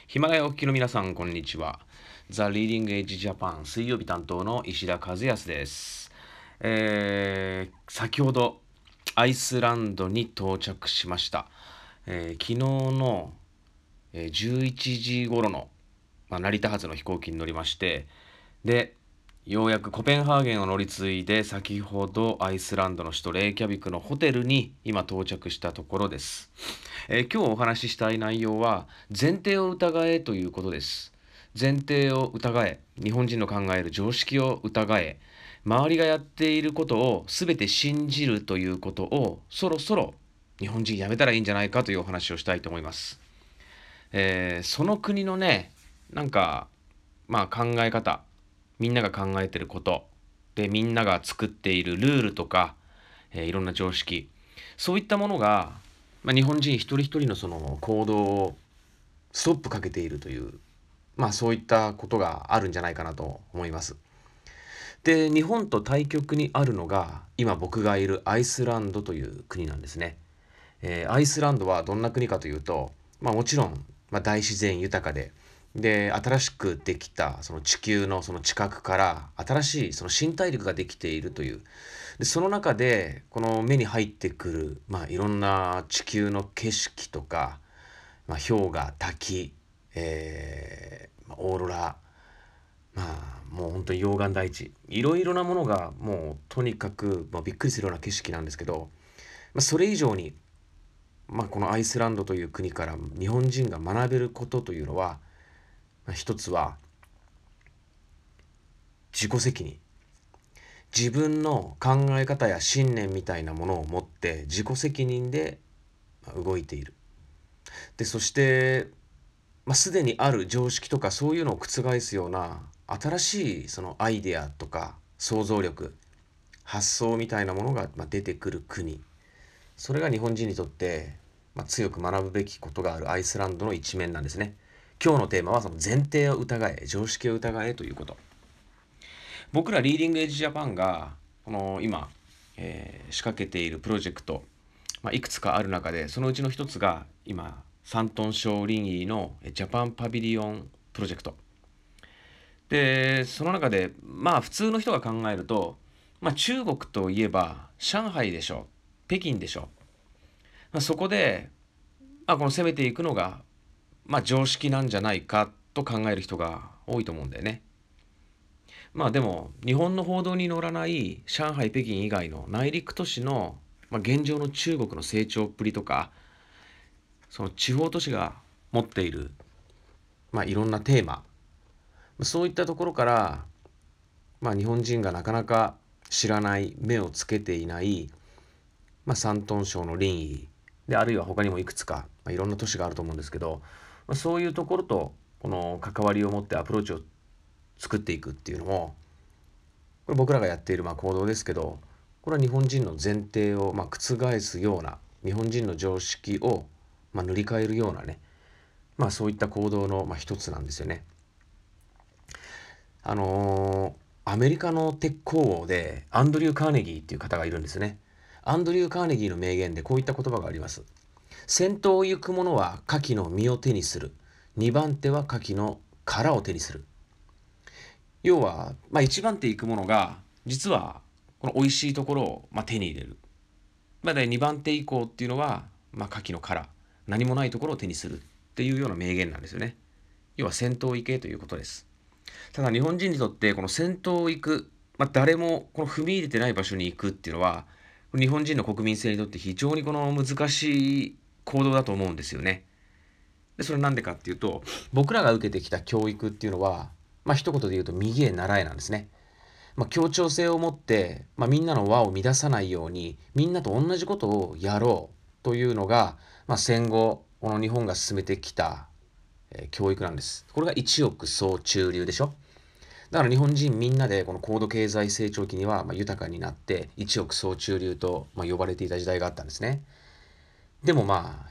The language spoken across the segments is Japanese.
ヒマラヤお聞きの皆さん、こんにちは。ザ・リーディング・エッジ・ジャパン水曜日担当の石田和康です。先ほどアイスランドに到着しました。昨日の、11時頃の、成田発の飛行機に乗りまして、で、ようやくコペンハーゲンを乗り継いで、先ほどアイスランドの首都レイキャビクのホテルに今到着したところです。今日お話ししたい内容は、前提を疑えということです。前提を疑え、日本人の考える常識を疑え、周りがやっていることを全て信じるということを、そろそろ日本人やめたらいいんじゃないかというお話をしたいと思います。その国のね、なんか、考え方、みんなが考えてること、で、みんなが作っているルールとか、いろんな常識、そういったものが、日本人一人一人のその行動をストップかけているという、そういったことがあるんじゃないかなと思います。で、日本と対極にあるのが、今僕がいるアイスランドという国なんですね。アイスランドはどんな国かというと、もちろん、大自然豊かで、新しくできたその地球のその近くから新しいその新大陸ができているという。で、その中でこの目に入ってくる、いろんな地球の景色とか、氷河、滝、オーロラ、もう本当に溶岩大地、いろいろなものがもうとにかく、びっくりするような景色なんですけど、それ以上にこのアイスランドという国から日本人が学べることというのは、一つは自己責任。自分の考え方や信念みたいなものを持って自己責任で動いている。で、そして、すでにある常識とかそういうのを覆すような新しいそのアイデアとか想像力、発想みたいなものが出てくる国。それが日本人にとって、強く学ぶべきことがあるアイスランドの一面なんですね。今日のテーマはその前提を疑え、常識を疑えということ。僕らリーディングエッジジャパンがこの今、仕掛けているプロジェクト、いくつかある中でそのうちの一つが今山東省林沂のジャパンパビリオンプロジェクトで、その中で普通の人が考えると、中国といえば上海でしょ、北京でしょ、そこで、この攻めていくのが、常識なんじゃないかと考える人が多いと思うんだよね。でも日本の報道に乗らない上海北京以外の内陸都市の、現状の中国の成長っぷりとか、その地方都市が持っている、いろんなテーマ、そういったところから、日本人がなかなか知らない目をつけていない、山東省の林沂で、あるいは他にもいくつか、いろんな都市があると思うんですけど、そういうところとこの関わりを持ってアプローチを作っていくっていうのも、これ僕らがやっている行動ですけど、これは日本人の前提を覆すような、日本人の常識を塗り替えるようなね、そういった行動の一つなんですよね。アメリカの鉄鋼王でアンドリュー・カーネギーっていう方がいるんですね。アンドリュー・カーネギーの名言でこういった言葉があります。先頭を行く者は牡蠣の実を手にする。2番手は牡蠣の殻を手にする。要は、1番手行く者が実はこの美味しいところを手に入れる。で2番手以降っていうのは、牡蠣の殻、何もないところを手にするっていうような名言なんですよね。要は先頭を行けということです。ただ日本人にとってこの先頭を行く、誰もこの踏み入れてない場所に行くっていうのは、日本人の国民性にとって非常にこの難しい行動だと思うんですよね。で、それなんでかっていうと、僕らが受けてきた教育っていうのは、一言で言うと右へ習えなんですね。協調性を持って、みんなの輪を乱さないように、みんなと同じことをやろうというのが、戦後この日本が進めてきた、教育なんです。これが一億総中流でしょ。だから日本人みんなでこの高度経済成長期には豊かになって一億総中流と呼ばれていた時代があったんですね。でも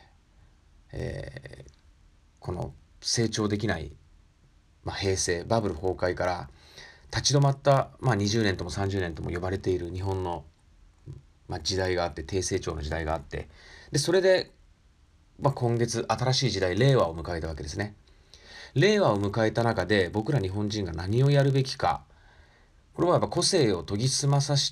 この成長できない、平成バブル崩壊から立ち止まった、20年とも30年とも呼ばれている日本の、時代があって、低成長の時代があって、でそれで、今月新しい時代令和を迎えたわけですね。 令和を迎えた中で僕ら日本人が何をやるべきか。これはやっぱ個性を研ぎ澄まさして、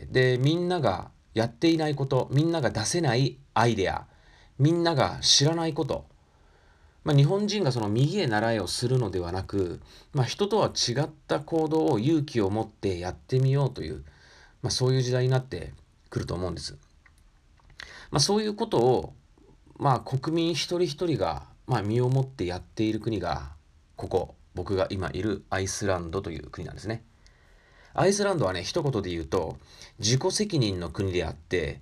で、みんながやっていないこと、みんなが出せないアイデア、みんなが知らないこと。日本人がその右へ習えをするのではなく、人とは違った行動を勇気を持ってやってみようという、そういう時代になってくると思うんです。そういうことを、国民一人一人が、身をもってやっている国が、ここ、僕が今いるアイスランドという国なんですね。アイスランドはね、一言で言うと、自己責任の国であって、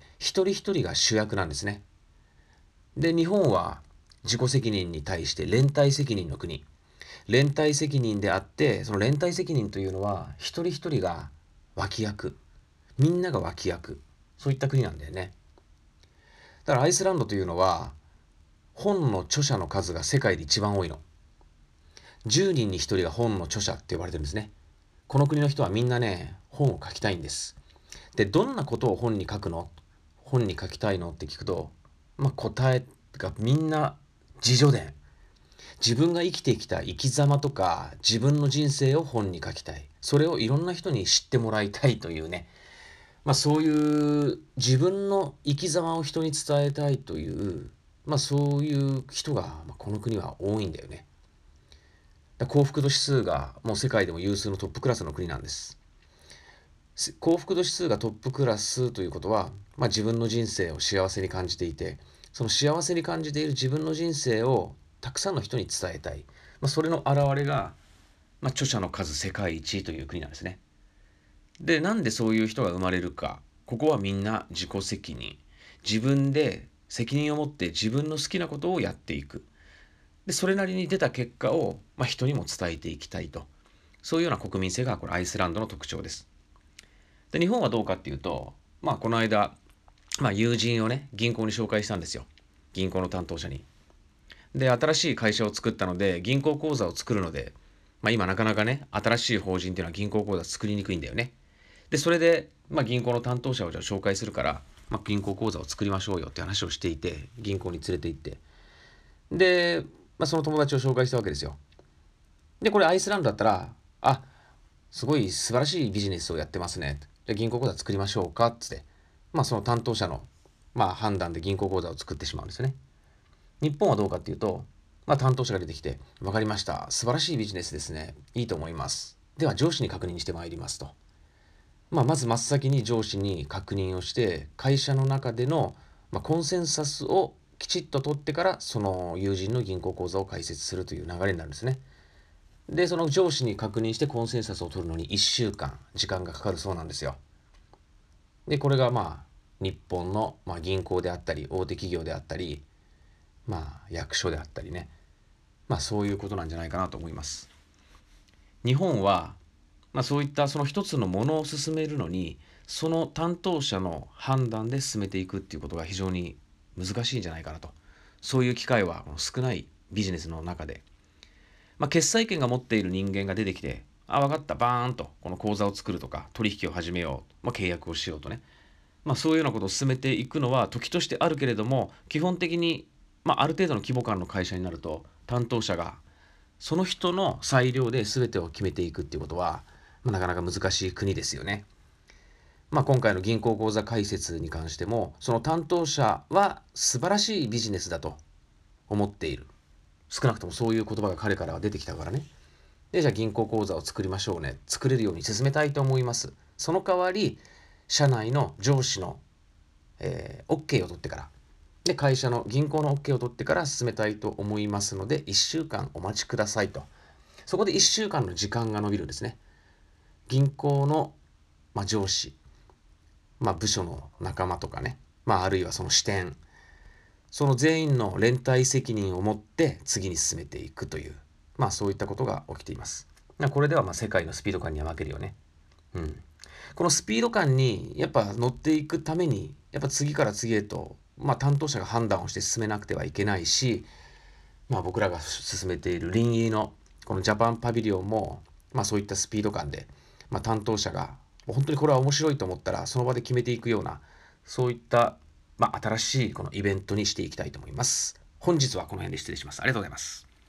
一人一人が主役なんですね。で、日本は自己責任に対して連帯責任の国。連帯責任であって、その連帯責任というのは、一人一人が脇役。みんなが脇役。そういった国なんだよね。だからアイスランドというのは、本の著者の数が世界で一番多いの。10人に1人が本の著者って呼ばれてるんですね。この国の人はみんなね、本を書きたいんです。で、どんなことを本に書くの？本に書きたいのって聞くと、答えがみんな自叙伝。自分が生きてきた生き様とか、自分の人生を本に書きたい。それをいろんな人に知ってもらいたいというね。そういう自分の生き様を人に伝えたいという、そういう人が、この国は多いんだよね。幸福度指数がもう世界でも有数のトップクラスの国なんです。幸福度指数がトップクラスということは、自分の人生を幸せに感じていて、その幸せに感じている自分の人生をたくさんの人に伝えたい。それの表れが、著者の数世界一という国なんですね。で、なんでそういう人が生まれるか。ここはみんな自己責任。自分で責任を持って自分の好きなことをやっていく。で、それなりに出た結果を、人にも伝えていきたいと。そういうような国民性がこれアイスランドの特徴です。で、日本はどうかっていうと、この間、友人をね、銀行に紹介したんですよ。銀行の担当者に。で、新しい会社を作ったので、銀行口座を作るので、今なかなかね、新しい法人っていうのは銀行口座作りにくいんだよね。で、それで、銀行の担当者をじゃあ紹介するから、銀行口座を作りましょうよって話をしていて、銀行に連れて行って。で、その友達を紹介したわけですよ。で、これアイスランドだったら、あ、すごい素晴らしいビジネスをやってますね。じゃあ銀行口座作りましょうかっつって、その担当者の、判断で銀行口座を作ってしまうんですよね。日本はどうかっていうと、担当者が出てきて、わかりました。素晴らしいビジネスですね。いいと思います。では上司に確認してまいりますと。まず真っ先に上司に確認をして、会社の中での、コンセンサスをきちっと取ってから、その友人の銀行口座を開設するという流れになるんですね。で、その上司に確認してコンセンサスを取るのに1週間時間がかかるそうなんですよ。で、これが日本の、銀行であったり、大手企業であったり、役所であったりね。そういうことなんじゃないかなと思います。日本は、そういったその一つのものを進めるのに、その担当者の判断で進めていくっていうことが非常に難しいんじゃないかなと。そういう機会は少ないビジネスの中で。決裁権が持っている人間が出てきて、あ、分かった、バーンと、この口座を作るとか、取引を始めよう、契約をしようとね。そういうようなことを進めていくのは時としてあるけれども、基本的に、ある程度の規模感の会社になると、担当者がその人の裁量で全てを決めていくっていうことは、なかなか難しい国ですよね。今回の銀行口座開設に関しても、その担当者は素晴らしいビジネスだと思っている。少なくともそういう言葉が彼からは出てきたからね。で、じゃあ銀行口座を作りましょうね。作れるように進めたいと思います。その代わり、社内の上司の、OK を取ってから、で、会社の銀行の OK を取ってから進めたいと思いますので、1週間お待ちくださいと。そこで1週間の時間が延びるんですね。銀行の、上司、部署の仲間とかね、あるいはその支店、その全員の連帯責任を持って次に進めていくという、そういったことが起きています。これでは世界のスピード感には負けるよね。うん。このスピード感にやっぱ乗っていくために、やっぱ次から次へと、担当者が判断をして進めなくてはいけないし、僕らが進めている臨沂のこのジャパンパビリオンも、そういったスピード感で、担当者がもう本当にこれは面白いと思ったらその場で決めていくような、そういった、新しいこのイベントにしていきたいと思います。本日はこの辺で失礼します。ありがとうございます。